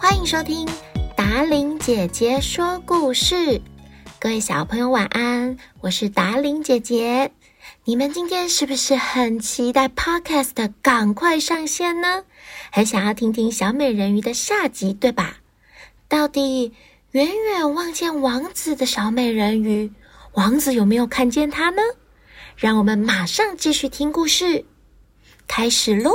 欢迎收听达伶姐姐说故事。各位小朋友晚安，我是达伶姐姐。你们今天是不是很期待 Podcast 赶快上线呢？很想要听听小美人鱼的下集，对吧？到底远远望见王子的小美人鱼，王子有没有看见她呢？让我们马上继续听故事，开始咯。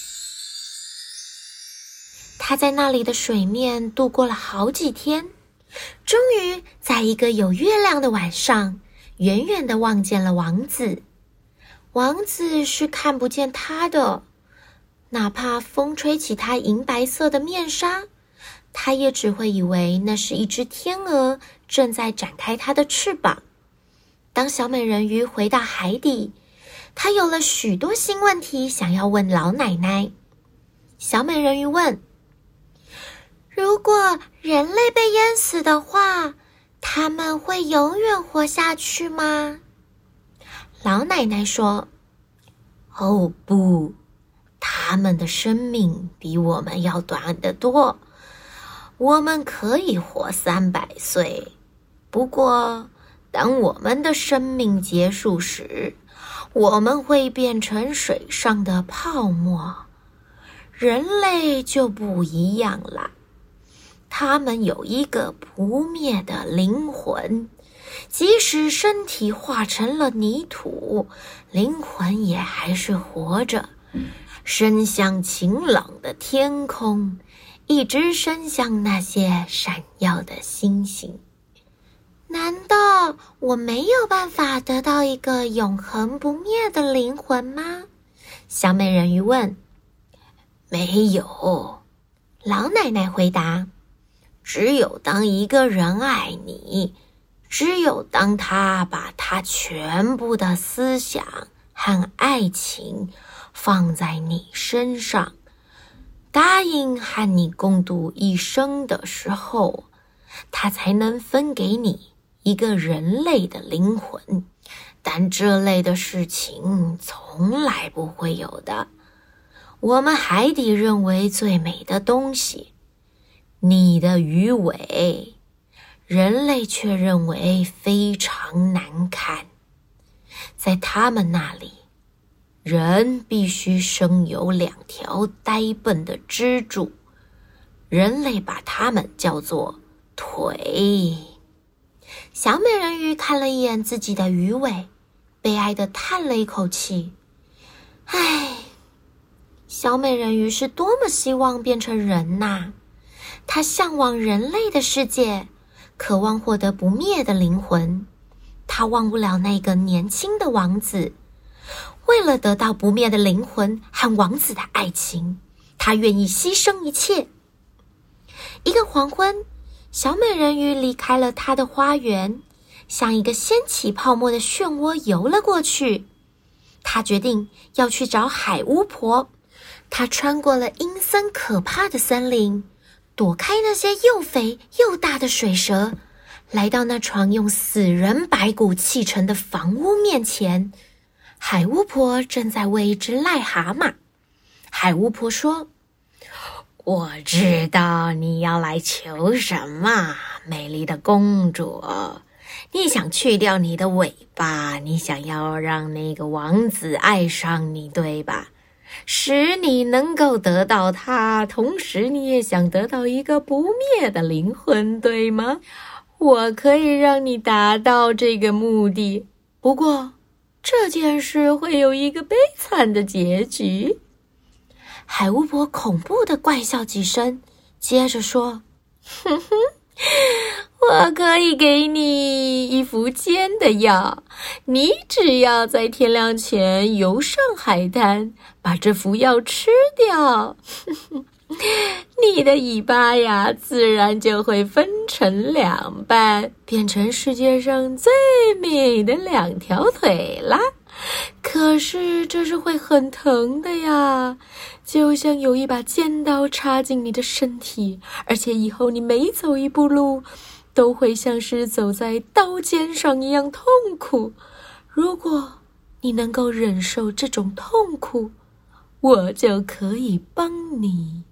他在那里的水面度过了好几天，终于在一个有月亮的晚上，远远地望见了王子。王子是看不见他的，哪怕风吹起他银白色的面纱，他也只会以为那是一只天鹅正在展开它的翅膀。当小美人鱼回到海底，她有了许多新问题想要问老奶奶。小美人鱼问：如果人类被淹死的话，他们会永远活下去吗？老奶奶说：哦不，他们的生命比我们要短得多。我们可以活300岁，不过当我们的生命结束时，我们会变成水上的泡沫。人类就不一样了，他们有一个不灭的灵魂，即使身体化成了泥土，灵魂也还是活着，伸向晴朗的天空，一直伸向那些闪耀的星星。难道我没有办法得到一个永恒不灭的灵魂吗？小美人鱼问。没有，老奶奶回答。只有当一个人爱你，只有当他把他全部的思想和爱情放在你身上，答应和你共度一生的时候，他才能分给你一个人类的灵魂。但这类的事情从来不会有的。我们海底认为最美的东西，你的鱼尾，人类却认为非常难看。在他们那里，人必须生有2条呆笨的支柱，人类把它们叫做腿。小美人鱼看了一眼自己的鱼尾，悲哀地叹了一口气。唉，小美人鱼是多么希望变成人呐！她向往人类的世界，渴望获得不灭的灵魂。她忘不了那个年轻的王子，为了得到不灭的灵魂和王子的爱情，她愿意牺牲一切。一个黄昏，小美人鱼离开了她的花园，向一个掀起泡沫的漩涡游了过去。她决定要去找海巫婆。她穿过了阴森可怕的森林，躲开那些又肥又大的水蛇，来到那床用死人白骨砌成的房屋面前。海巫婆正在喂一只癞蛤蟆。海巫婆说：我知道你要来求什么，美丽的公主。你想去掉你的尾巴，你想要让那个王子爱上你，对吧？使你能够得到他，同时你也想得到一个不灭的灵魂，对吗？我可以让你达到这个目的，不过这件事会有一个悲惨的结局。海巫婆恐怖地怪笑几声，接着说：哼哼，我可以给你一副尖的药，你只要在天亮前游上海滩，把这副药吃掉，你的尾巴呀，自然就会分成2半，变成世界上最美的2条腿啦。可是这是会很疼的呀，就像有一把尖刀插进你的身体，而且以后你每走一步路都会像是走在刀尖上一样痛苦。如果你能够忍受这种痛苦，我就可以帮你。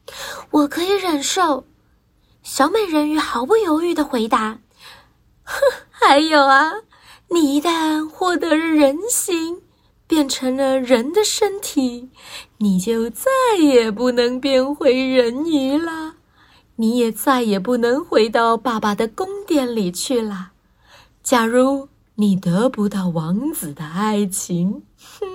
我可以忍受。小美人鱼毫不犹豫地回答。还有啊，你一旦获得了人形，变成了人的身体，你就再也不能变回人鱼了，你也再也不能回到爸爸的宫殿里去了。假如你得不到王子的爱情，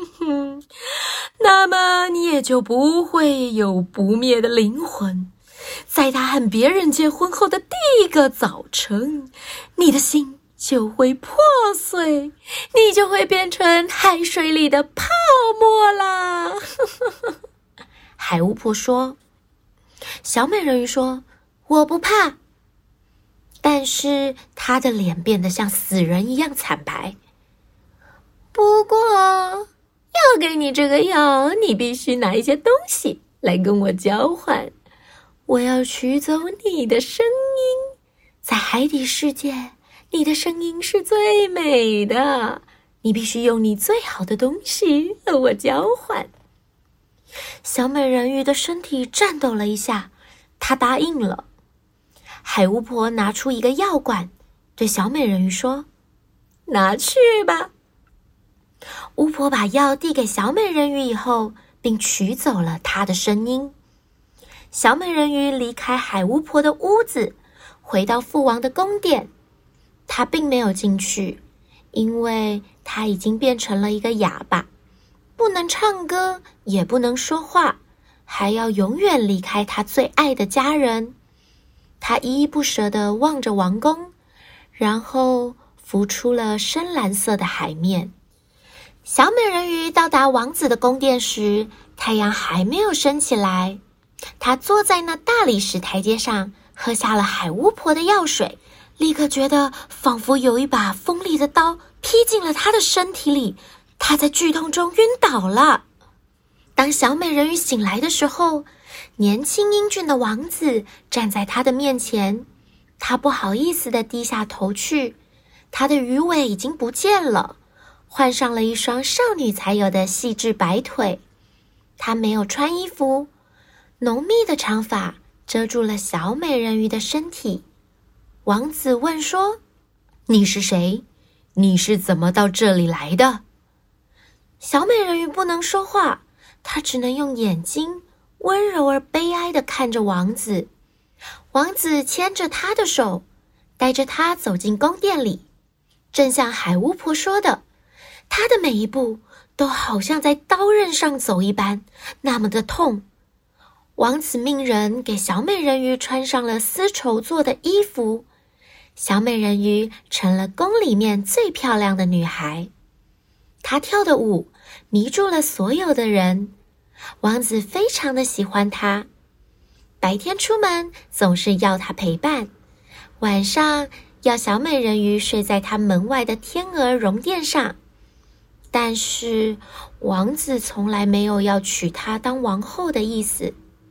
那么你也就不会有不灭的灵魂。在他和别人结婚后的第一个早晨，你的心就会破碎，你就会变成海水里的泡沫啦。海巫婆说。小美人鱼说，我不怕。但是她的脸变得像死人一样惨白。不过要给你这个药，你必须拿一些东西来跟我交换。我要取走你的声音，在海底世界，你的声音是最美的，你必须用你最好的东西和我交换。小美人鱼的身体颤抖了一下，她答应了。海巫婆拿出一个药罐，对小美人鱼说，拿去吧。巫婆把药递给小美人鱼以后，并取走了她的声音。小美人鱼离开海巫婆的屋子，回到父王的宫殿。她并没有进去，因为她已经变成了一个哑巴，不能唱歌，也不能说话，还要永远离开她最爱的家人。她依依不舍地望着王宫，然后浮出了深蓝色的海面。小美人鱼到达王子的宫殿时，太阳还没有升起来。她坐在那大理石台阶上，喝下了海巫婆的药水，立刻觉得仿佛有一把锋利的刀劈进了她的身体里，她在剧痛中晕倒了。当小美人鱼醒来的时候，年轻英俊的王子站在她的面前，她不好意思地低下头去，她的鱼尾已经不见了，换上了一双少女才有的细致白腿。她没有穿衣服，浓密的长发遮住了小美人鱼的身体。王子问说，你是谁？你是怎么到这里来的？小美人鱼不能说话，她只能用眼睛温柔而悲哀地看着王子。王子牵着她的手，带着她走进宫殿里。正像海巫婆说的，她的每一步都好像在刀刃上走一般，那么的痛。王子命人给小美人鱼穿上了丝绸做的衣服，小美人鱼成了宫里面最漂亮的女孩。她跳的舞迷住了所有的人，王子非常的喜欢她。白天出门总是要她陪伴，晚上要小美人鱼睡在他门外的天鹅绒垫上。但是王子从来没有要娶她当王后的意思。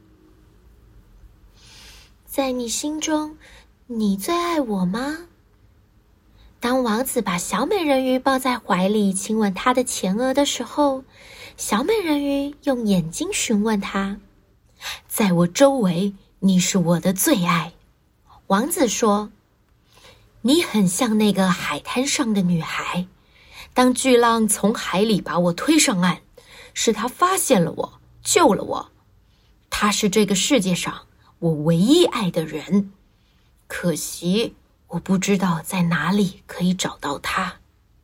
在你心中，你最爱我吗？当王子把小美人鱼抱在怀里亲吻她的前额的时候，小美人鱼用眼睛询问他，在我周围，你是我的最爱。王子说，你很像那个海滩上的女孩，当巨浪从海里把我推上岸，是她发现了我，救了我。她是这个世界上我唯一爱的人，可惜我不知道在哪里可以找到她。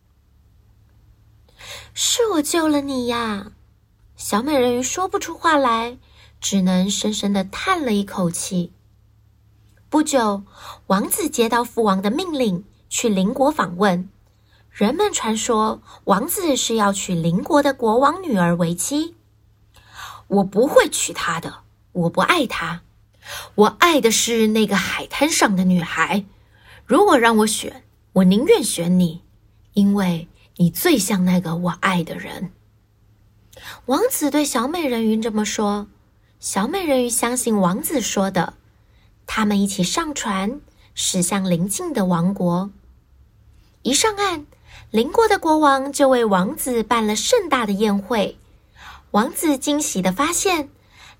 是我救了你呀！小美人鱼说不出话来，只能深深地叹了一口气。不久，王子接到父王的命令，去邻国访问。人们传说王子是要娶邻国的国王女儿为妻。我不会娶她的，我不爱她。我爱的是那个海滩上的女孩。如果让我选，我宁愿选你，因为你最像那个我爱的人。王子对小美人鱼这么说，小美人鱼相信王子说的。他们一起上船，驶向邻近的王国。一上岸，邻国的国王就为王子办了盛大的宴会。王子惊喜地发现，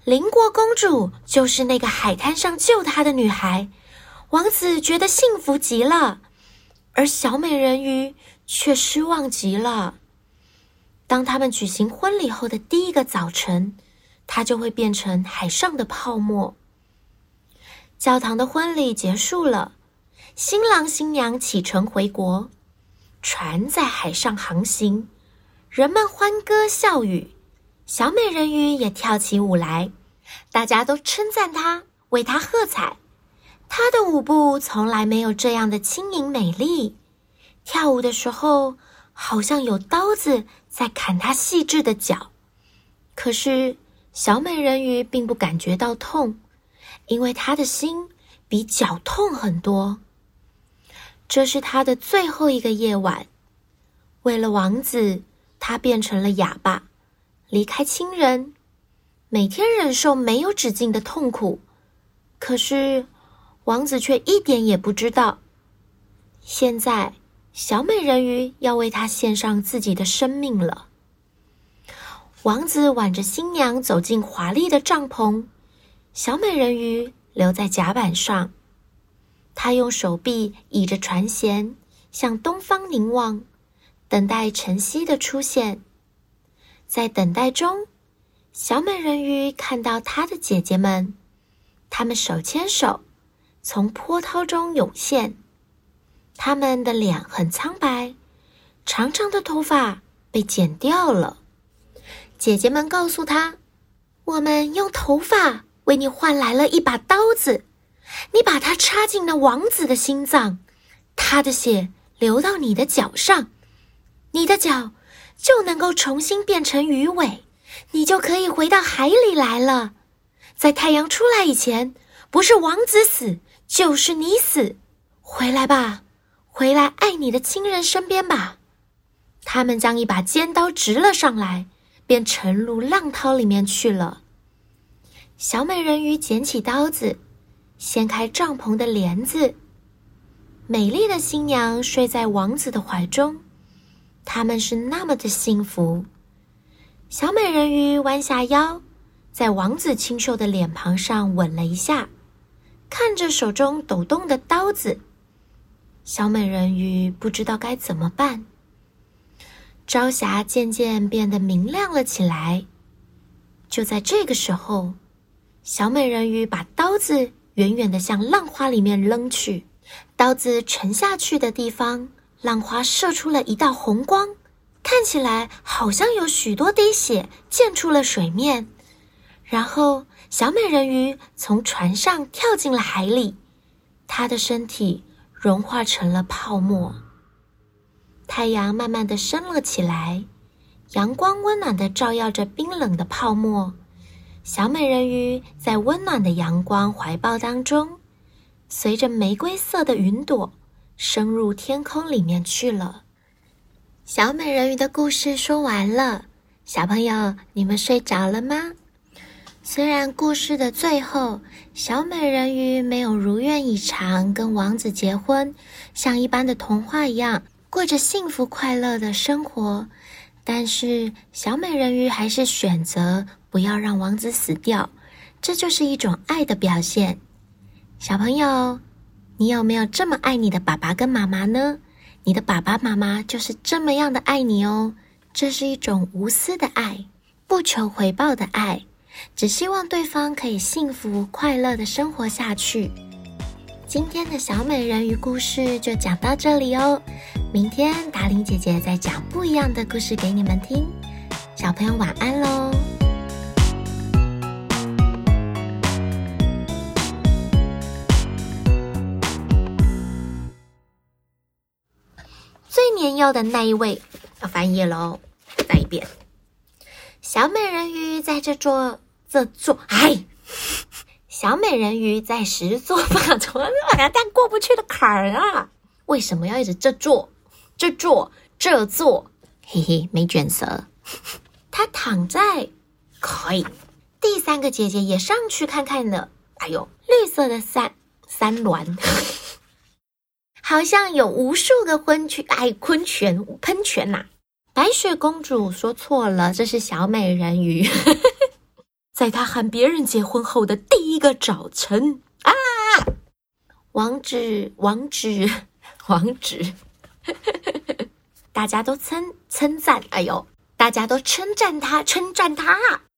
邻国公主就是那个海滩上救她的女孩，王子觉得幸福极了，而小美人鱼却失望极了。当他们举行婚礼后的第一个早晨，它就会变成海上的泡沫。教堂的婚礼结束了，新郎新娘启程回国，船在海上航行，人们欢歌笑语，小美人鱼也跳起舞来，大家都称赞她，为她喝彩。她的舞步从来没有这样的轻盈美丽，跳舞的时候好像有刀子在砍她细致的脚。可是小美人鱼并不感觉到痛，因为她的心比脚痛很多。这是她的最后一个夜晚，为了王子，她变成了哑巴，离开亲人，每天忍受没有止境的痛苦。可是王子却一点也不知道，现在小美人鱼要为他献上自己的生命了。王子挽着新娘走进华丽的帐篷，小美人鱼留在甲板上。她用手臂倚着船舷，向东方凝望，等待晨曦的出现。在等待中，小美人鱼看到她的姐姐们，她们手牵手从波涛中涌现，她们的脸很苍白，长长的头发被剪掉了。姐姐们告诉她，我们用头发为你换来了一把刀子，你把它插进了王子的心脏，他的血流到你的脚上，你的脚就能够重新变成鱼尾，你就可以回到海里来了。在太阳出来以前，不是王子死，就是你死。回来吧，回来爱你的亲人身边吧。他们将一把尖刀直了上来，便沉入浪涛里面去了。小美人鱼捡起刀子，掀开帐篷的帘子。美丽的新娘睡在王子的怀中，他们是那么的幸福。小美人鱼弯下腰，在王子清秀的脸庞上吻了一下，看着手中抖动的刀子，小美人鱼不知道该怎么办。朝霞渐渐变得明亮了起来。就在这个时候，小美人鱼把刀子远远地向浪花里面扔去，刀子沉下去的地方，浪花射出了一道红光，看起来好像有许多滴血溅出了水面。然后小美人鱼从船上跳进了海里，她的身体融化成了泡沫。太阳慢慢地升了起来，阳光温暖地照耀着冰冷的泡沫。小美人鱼在温暖的阳光怀抱当中，随着玫瑰色的云朵升入天空里面去了。小美人鱼的故事说完了，小朋友，你们睡着了吗？虽然故事的最后，小美人鱼没有如愿以偿跟王子结婚，像一般的童话一样过着幸福快乐的生活，但是小美人鱼还是选择不要让王子死掉，这就是一种爱的表现。小朋友，你有没有这么爱你的爸爸跟妈妈呢？你的爸爸妈妈就是这么样的爱你哦，这是一种无私的爱，不求回报的爱，只希望对方可以幸福快乐的生活下去。今天的小美人鱼故事就讲到这里哦，明天达伶姐姐再讲不一样的故事给你们听。小朋友晚安咯。最年幼的那一位要翻页咯，再一遍。小美人鱼在小美人鱼在10座法怎么但过不去的坎儿啊？为什么要一直这座？嘿嘿，没卷舌。她躺在可以。第3个姐姐也上去看看呢。哎呦，绿色的三峦，好像有无数个喷泉呐。白雪公主说错了，这是小美人鱼。 在他和别人结婚后的第一个早晨啊，王子，大家都称赞，大家都称赞他。